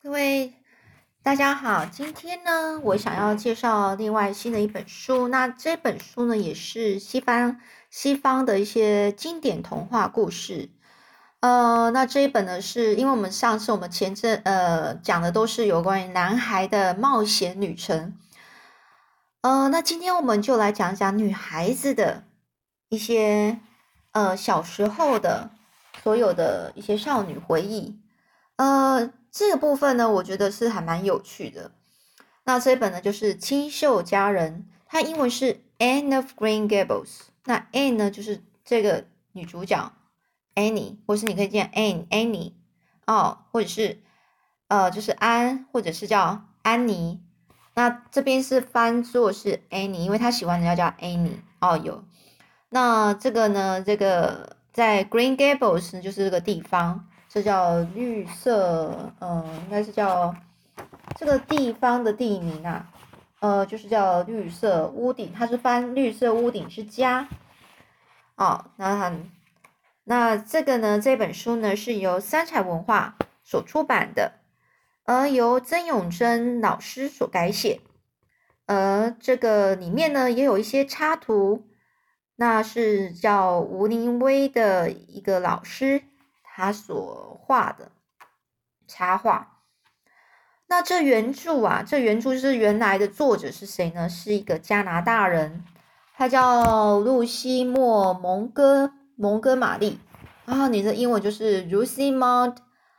各位大家好，今天呢，我想要介绍另外新的一本书。那这本书呢，也是西方的一些经典童话故事。那这一本呢，是因为我们前阵讲的都是有关于男孩的冒险旅程。那今天我们就来讲讲女孩子的一些小时候的所有的一些少女回忆。这个部分呢，我觉得是还蛮有趣的。那这一本呢，就是《清秀佳人》，它英文是《Anne of Green Gables》。那 Anne 呢，就是这个女主角 Annie，或是你可以念 Annie 哦，或者是就是安，或者是叫安妮。那这边是翻作是 Annie，因为她喜欢人家叫 Annie 哦。有那这个呢，这个在 Green Gables 呢，就是这个地方。这叫绿色，应该是叫这个地方的地名啊，就是叫绿色屋顶，它是翻绿色屋顶之家。哦，那这个呢，这本书呢是由三彩文化所出版的，由曾永珍老师所改写，这个里面呢也有一些插图，那是叫吴林威的一个老师他所画的插画。那这原著就是原来的作者是谁呢？是一个加拿大人，他叫露西莫蒙哥马利啊。你的英文就是 Lucy Maud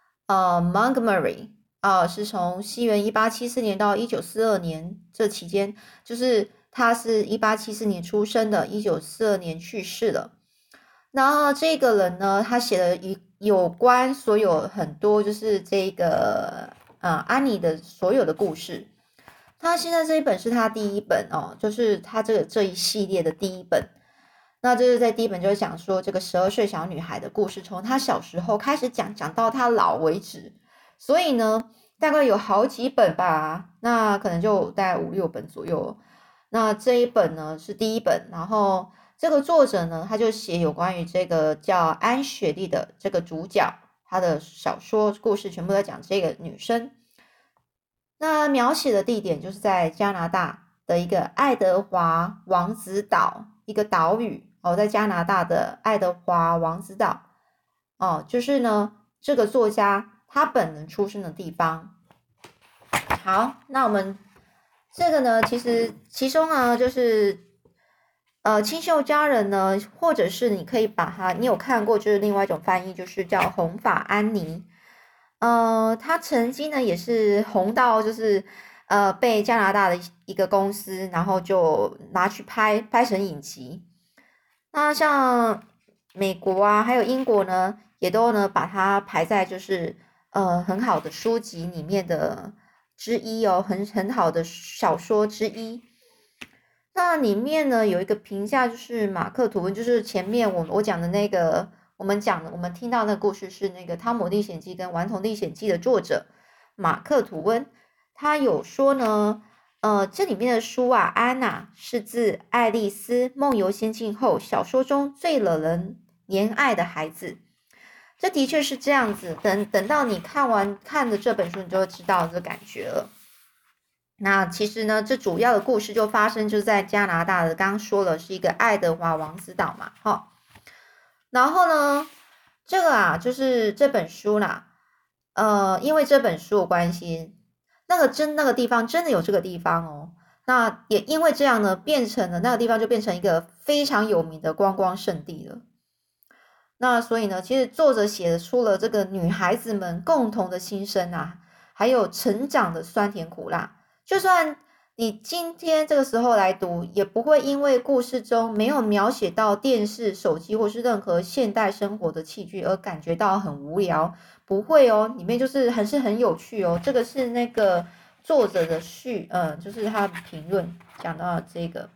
Montgomery 啊，是从西元1874年到1942年这期间，就是他是1874年出生的，1942年去世了。然后这个人呢，他写了有关所有很多就是这个安妮的所有的故事。他现在这一本是他第一本哦，就是他这一系列的第一本。那这是在第一本就是讲说这个12岁小女孩的故事，从她小时候开始讲到她老为止。所以呢，大概有好几本吧，那可能就大概5、6本左右。那这一本呢是第一本，然后这个作者呢，他就写有关于这个叫安雪莉的这个主角，他的小说故事全部在讲这个女生。那描写的地点就是在加拿大的一个爱德华王子岛一个岛屿哦，在加拿大的爱德华王子岛哦，就是呢这个作家他本人出生的地方。好，那我们这个呢，其中呢就是清秀佳人呢，或者是你可以把它，你有看过就是另外一种翻译，就是叫红发安妮。她曾经呢也是红到就是被加拿大的一个公司，然后就拿去拍成影集。那像美国啊，还有英国呢，也都呢把它排在就是很好的书籍里面的之一哦，很好的小说之一。那里面呢有一个评价，就是马克吐温，就是前面我讲的那个，我们听到那个故事是那个《汤姆历险记》跟《顽童历险记》的作者马克吐温，他有说呢，这里面的书啊，安娜是自《爱丽丝梦游仙境》后小说中最惹人怜爱的孩子。这的确是这样子，等到你看的这本书，你就会知道这感觉了。那其实呢，这主要的故事就发生就在加拿大的，刚刚说了是一个爱德华王子岛嘛，哈。然后呢，这个啊，就是这本书啦，因为这本书的关系，那个地方真的有这个地方哦。那也因为这样呢，变成了那个地方就变成一个非常有名的观光胜地了。那所以呢，其实作者写出了这个女孩子们共同的心声啊，还有成长的酸甜苦辣。就算你今天这个时候来读，也不会因为故事中没有描写到电视、手机或是任何现代生活的器具而感觉到很无聊，不会哦，里面就是很有趣哦。这个是那个作者的就是他的评论讲到这个。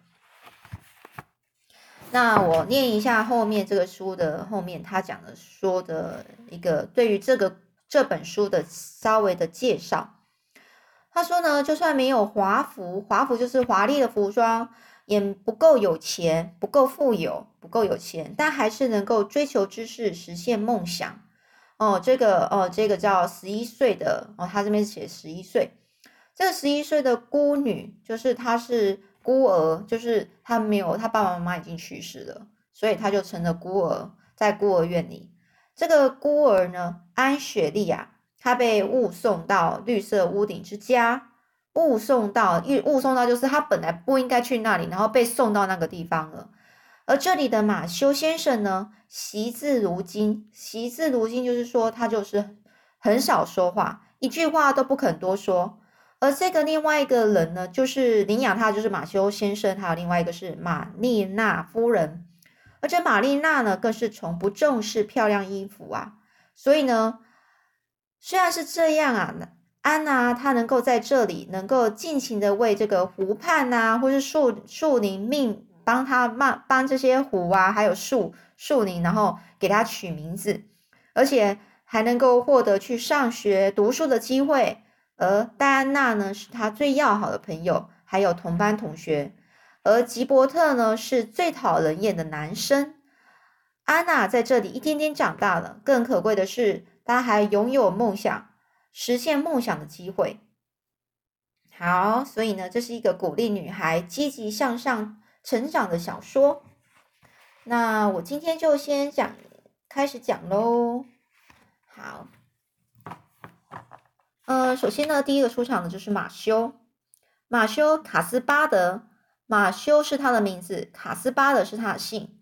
那我念一下后面这个书的后面，他说的一个对于这本书的稍微的介绍。他说呢，就算没有华服就是华丽的服装，也不够有钱，不够富有，不够有钱，但还是能够追求知识，实现梦想。 这个叫11岁的他这边写11岁，这个11岁的孤女，就是她是孤儿，就是她爸爸妈妈已经去世了，所以她就成了孤儿，在孤儿院里。这个孤儿呢，安雪莉啊，她被误送到绿色屋顶之家，误送到就是她本来不应该去那里，然后被送到那个地方了。而这里的马修先生呢，惜字如金，惜字如金就是说他就是很少说话，一句话都不肯多说。而这个另外一个人呢，就是领养他就是马修先生，还有另外一个是玛丽娜夫人。而这玛丽娜呢，更是从不重视漂亮衣服啊。所以呢，虽然是这样啊，安娜她能够在这里能够尽情的为这个湖畔啊，或是树林帮这些湖啊，还有树林，然后给它取名字，而且还能够获得去上学读书的机会。而戴安娜呢，是她最要好的朋友，还有同班同学。而吉伯特呢，是最讨人厌的男生。安娜在这里一天天长大了，更可贵的是，她还拥有梦想，实现梦想的机会。好，所以呢，这是一个鼓励女孩积极向上成长的小说。那我今天就先开始讲咯。好，首先呢，第一个出场的就是马修卡斯巴德。马修是他的名字，卡斯巴德是他的姓。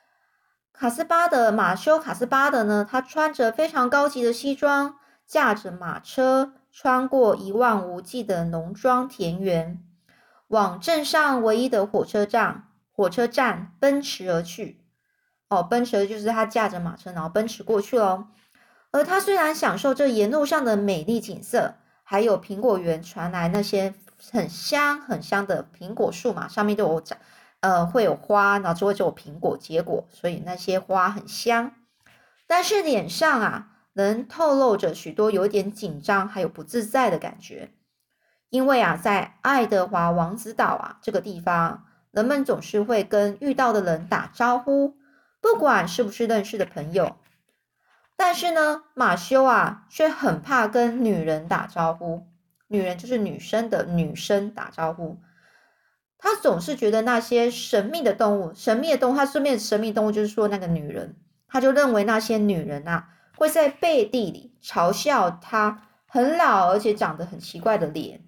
马修卡斯巴德呢，他穿着非常高级的西装，驾着马车，穿过一望无际的农庄田园，往镇上唯一的火车站奔驰而去。奔驰就是他驾着马车，然后奔驰过去咯。而他虽然享受这沿路上的美丽景色，还有苹果园传来那些很香很香的苹果树嘛，上面都有会有花，然后就会有苹果结果，所以那些花很香。但是脸上啊，能透露着许多有点紧张还有不自在的感觉。因为啊，在爱德华王子岛啊这个地方，人们总是会跟遇到的人打招呼，不管是不是认识的朋友。但是呢，马修啊，却很怕跟女人打招呼。女人就是女生打招呼。他总是觉得那些神秘的动物，他顺便神秘动物就是说那个女人，他就认为那些女人啊，会在背地里嘲笑他很老而且长得很奇怪的脸。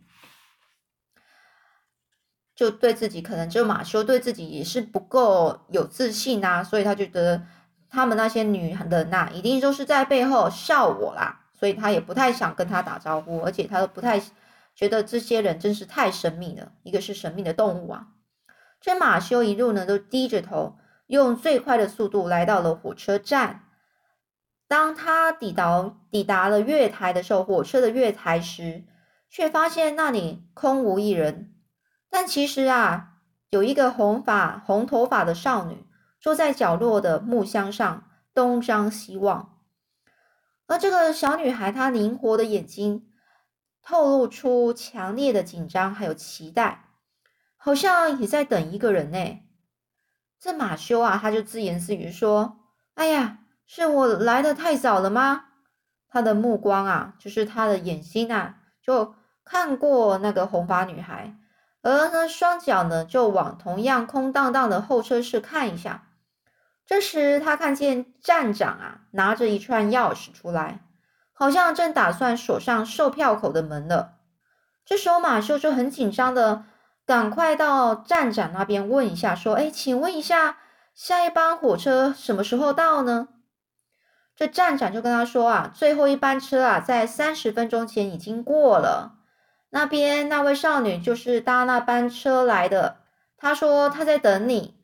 就对自己可能就马修对自己也是不够有自信啊，所以他就觉得他们那些女人啊，一定都是在背后笑我啦，所以他也不太想跟他打招呼，而且他都不太觉得这些人真是太神秘了，一个是神秘的动物啊。这马修一路呢都低着头，用最快的速度来到了火车站。当他抵达了月台的时候，火车的月台时，却发现那里空无一人。但其实啊，有一个红头发的少女坐在角落的木箱上，东张西望。而这个小女孩，她灵活的眼睛透露出强烈的紧张还有期待，好像也在等一个人呢。这马修啊，他就自言自语说：“哎呀，是我来的太早了吗？”他的目光啊，就是他的眼睛啊，就看过那个红发女孩。而呢，双脚呢就往同样空荡荡的候车室看一下。这时，他看见站长啊拿着一串钥匙出来，好像正打算锁上售票口的门了。这时候，马修就很紧张的赶快到站长那边问一下，说：“哎，请问一下，下一班火车什么时候到呢？”这站长就跟他说啊，最后一班车啊，在30分钟前已经过了。那边那位少女就是搭那班车来的，她说她在等你。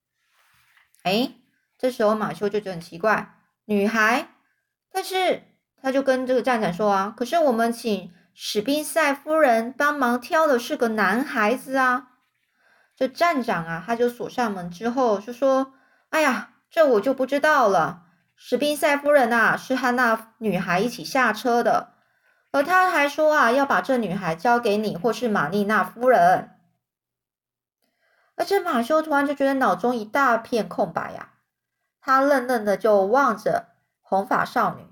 这时候马修就觉得很奇怪，女孩，但是他就跟这个站长说啊，可是我们请史宾塞夫人帮忙挑的是个男孩子啊。这站长啊，他就锁上门之后就说，哎呀，这我就不知道了。史宾塞夫人啊，是和那女孩一起下车的。而他还说啊，要把这女孩交给你或是玛丽娜夫人。而这马修突然就觉得脑中一大片空白呀，他愣愣的就望着红发少女，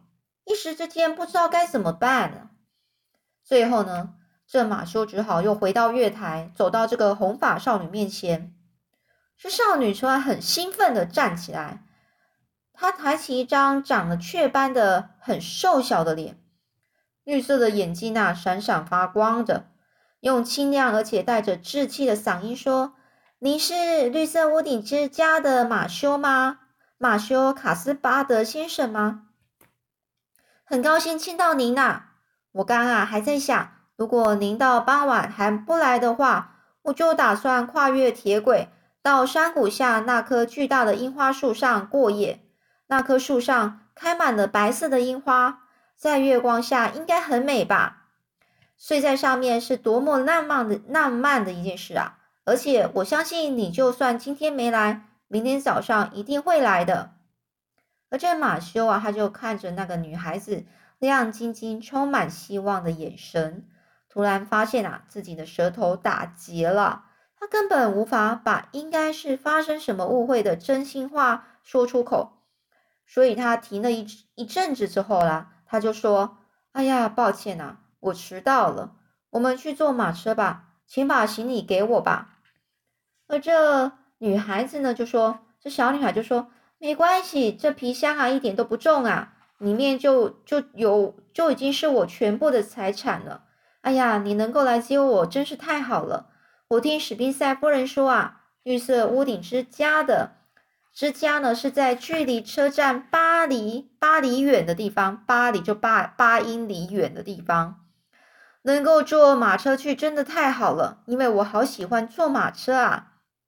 一时之间不知道该怎么办了。最后呢，这马修只好又回到月台，走到这个红发少女面前。这少女突然很兴奋地站起来，她抬起一张长了雀斑的很瘦小的脸，绿色的眼睛闪闪发光着，用清亮而且带着稚气的嗓音说：您是绿色屋顶之家的马修吗？马修·卡斯巴德先生吗？很高兴见到您我刚还在想，如果您到傍晚还不来的话，我就打算跨越铁轨，到山谷下那棵巨大的樱花树上过夜。那棵树上开满了白色的樱花，在月光下应该很美吧？睡在上面是多么浪漫的一件事啊！而且我相信你就算今天没来，明天早上一定会来的。而这马修他就看着那个女孩子亮晶晶、充满希望的眼神，突然发现自己的舌头打结了，他根本无法把应该是发生什么误会的真心话说出口，所以他停了一阵子之后他就说：哎呀，抱歉我迟到了，我们去坐马车吧，请把行李给我吧。而这女孩子呢这小女孩就说：没关系，这皮箱一点都不重里面就已经是我全部的财产了。哎呀，你能够来接我真是太好了。我听史宾塞夫人说绿色屋顶之家呢是在距离车站8里远的地方，8里就8英里远的地方。能够坐马车去真的太好了，因为我好喜欢坐马车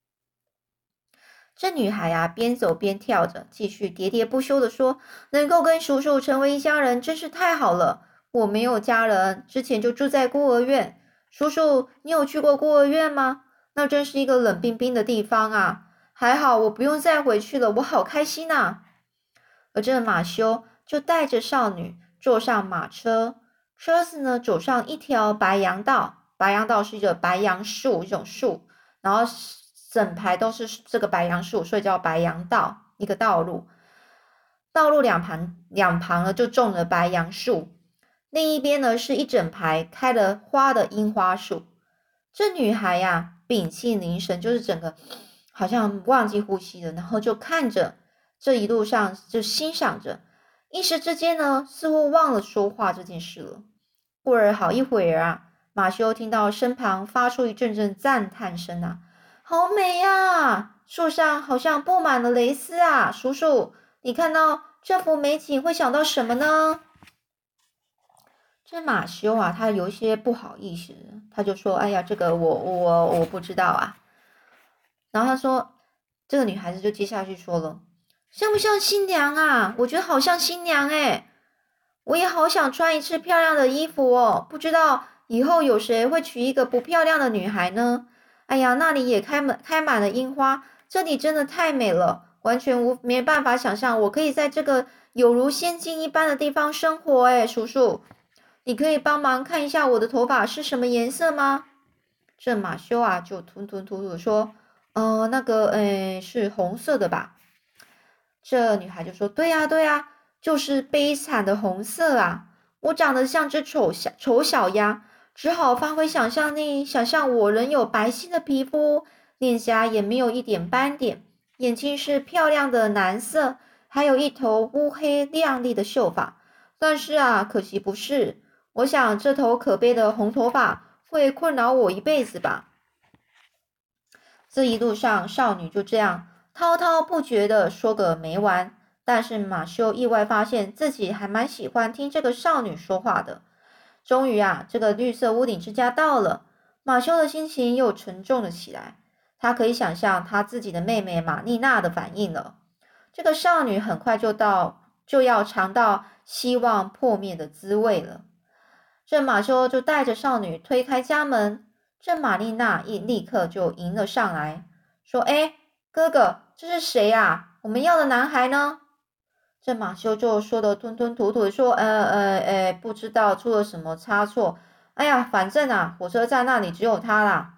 这女孩边走边跳着，继续喋喋不休地说：能够跟叔叔成为一家人真是太好了。我没有家人，之前就住在孤儿院。叔叔，你有去过孤儿院吗？那真是一个冷冰冰的地方还好我不用再回去了，我好开心而这马修就带着少女坐上马车，车子呢走上一条白杨道。白杨道是一个白杨树，一种树，然后整排都是这个白杨树，所以叫白杨道，一个道路。道路两旁呢就种了白杨树，另一边呢是一整排开了花的樱花树。这女孩屏气凝神，就是整个好像忘记呼吸了，然后就看着这一路上就欣赏着，一时之间呢似乎忘了说话这件事了。过了好一会儿马修听到身旁发出一阵阵赞叹声好美树上好像布满了蕾丝叔叔，你看到这幅美景会想到什么呢？这马修他有一些不好意思，他就说：哎呀，这个我不知道然后他说，这个女孩子就接下去说了：像不像新娘我觉得好像新娘我也好想穿一次漂亮的衣服不知道以后有谁会娶一个不漂亮的女孩呢？哎呀，那里也开满了樱花，这里真的太美了，完全没办法想象我可以在这个有如仙境一般的地方生活叔叔，你可以帮忙看一下我的头发是什么颜色吗？这马修就吞吞吐吐的说：那个是红色的吧？这女孩就说：对呀，就是悲惨的红色我长得像只丑小鸭，只好发挥想象力，想象我仍有白皙的皮肤，脸颊也没有一点斑点，眼睛是漂亮的蓝色，还有一头乌黑亮丽的秀发。但是可惜不是，我想这头可悲的红头发会困扰我一辈子吧。这一路上，少女就这样滔滔不绝地说个没完。但是马修意外发现自己还蛮喜欢听这个少女说话的。终于这个绿色屋顶之家到了，马修的心情又沉重了起来。他可以想象他自己的妹妹玛丽娜的反应了。这个少女很快就要尝到希望破灭的滋味了。这马修就带着少女推开家门。这玛丽娜立刻就迎了上来，说：哥哥，这是谁我们要的男孩呢？这马修就说的吞吞吐吐的说：不知道出了什么差错。哎呀，反正火车站那里只有他啦。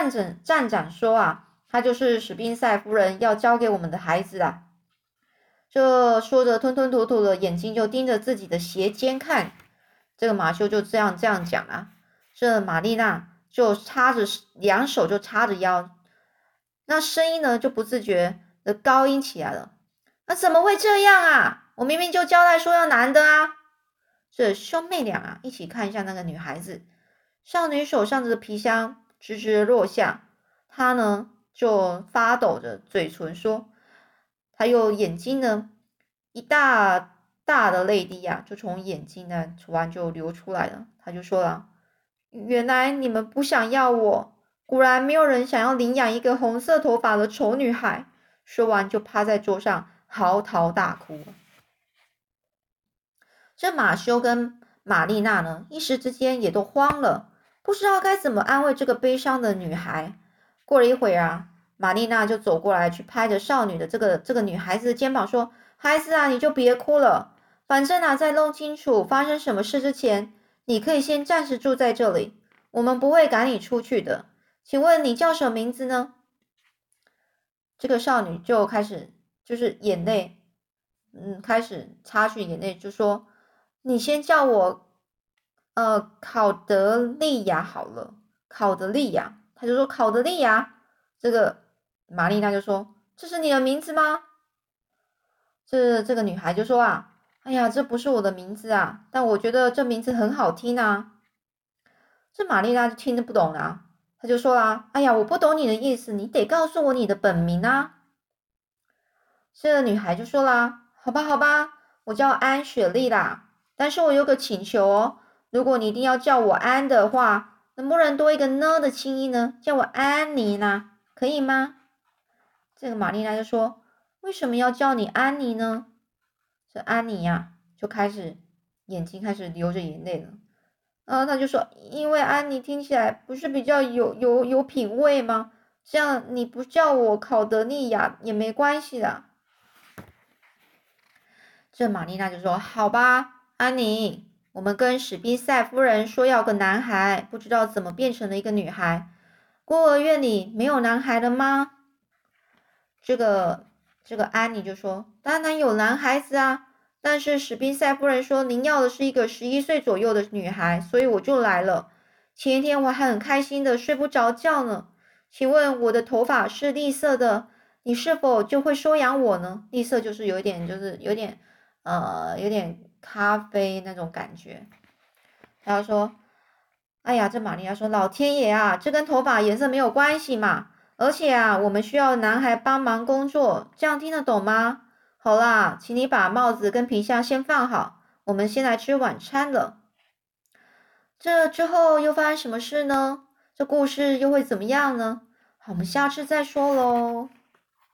站长说他就是史宾塞夫人要交给我们的孩子这说着吞吞吐吐的，眼睛就盯着自己的鞋尖看。这个马修就这样讲啊。这玛丽娜就两手就叉着腰，那声音呢就不自觉的高音起来了。那怎么会这样啊？我明明就交代说要男的啊！这兄妹俩啊，一起看一下那个女孩子，少女手上的皮箱直直落下，她呢就发抖着嘴唇说，她又眼睛呢一大大的泪滴啊，就从眼睛呢突然就流出来了。她就说了，原来你们不想要我，果然没有人想要领养一个红色头发的丑女孩。说完就趴在桌上嚎啕大哭。这马修跟玛丽娜呢，一时之间也都慌了，不知道该怎么安慰这个悲伤的女孩。过了一会儿啊，玛丽娜就走过来，去拍着少女的这个女孩子的肩膀说：“孩子啊，你就别哭了，反正啊，在弄清楚发生什么事之前，你可以先暂时住在这里，我们不会赶你出去的。请问你叫什么名字呢？”这个少女就开始就是眼泪，开始擦去眼泪，就说：“你先叫我考德利亚好了，考德利亚。”他就说：“考德利亚。”这个玛丽娜就说：“这是你的名字吗？”这个女孩就说啊：“哎呀，这不是我的名字啊，但我觉得这名字很好听啊。”这玛丽娜就听得不懂啊，她就说啦：“哎呀，我不懂你的意思，你得告诉我你的本名啊。”这个女孩就说啦：“好吧，好吧，我叫安雪莉啦。但是我有个请求哦，如果你一定要叫我安的话，能不能多一个呢的轻音呢？叫我安妮呢，可以吗？”这个玛丽娜就说：“为什么要叫你安妮呢？”这安妮呀，就开始眼睛开始流着眼泪了。然后她就说：“因为安妮听起来不是比较有品味吗？这样你不叫我考德利亚也没关系的。”这玛丽娜就说：“好吧，安妮，我们跟史宾塞夫人说要个男孩，不知道怎么变成了一个女孩。孤儿院里没有男孩了吗？”这个安妮就说：“当然有男孩子啊，但是史宾塞夫人说您要的是一个11岁左右的女孩，所以我就来了。前一天我还很开心的睡不着觉呢。请问我的头发是栗色的，你是否就会收养我呢？栗色就是有点有点咖啡那种感觉。”他说：“哎呀，这玛利亚说，老天爷啊，这跟头发颜色没有关系嘛。而且啊，我们需要男孩帮忙工作，这样听得懂吗？好啦，请你把帽子跟皮箱先放好，我们先来吃晚餐了。”这之后又发生什么事呢？这故事又会怎么样呢？好，我们下次再说喽。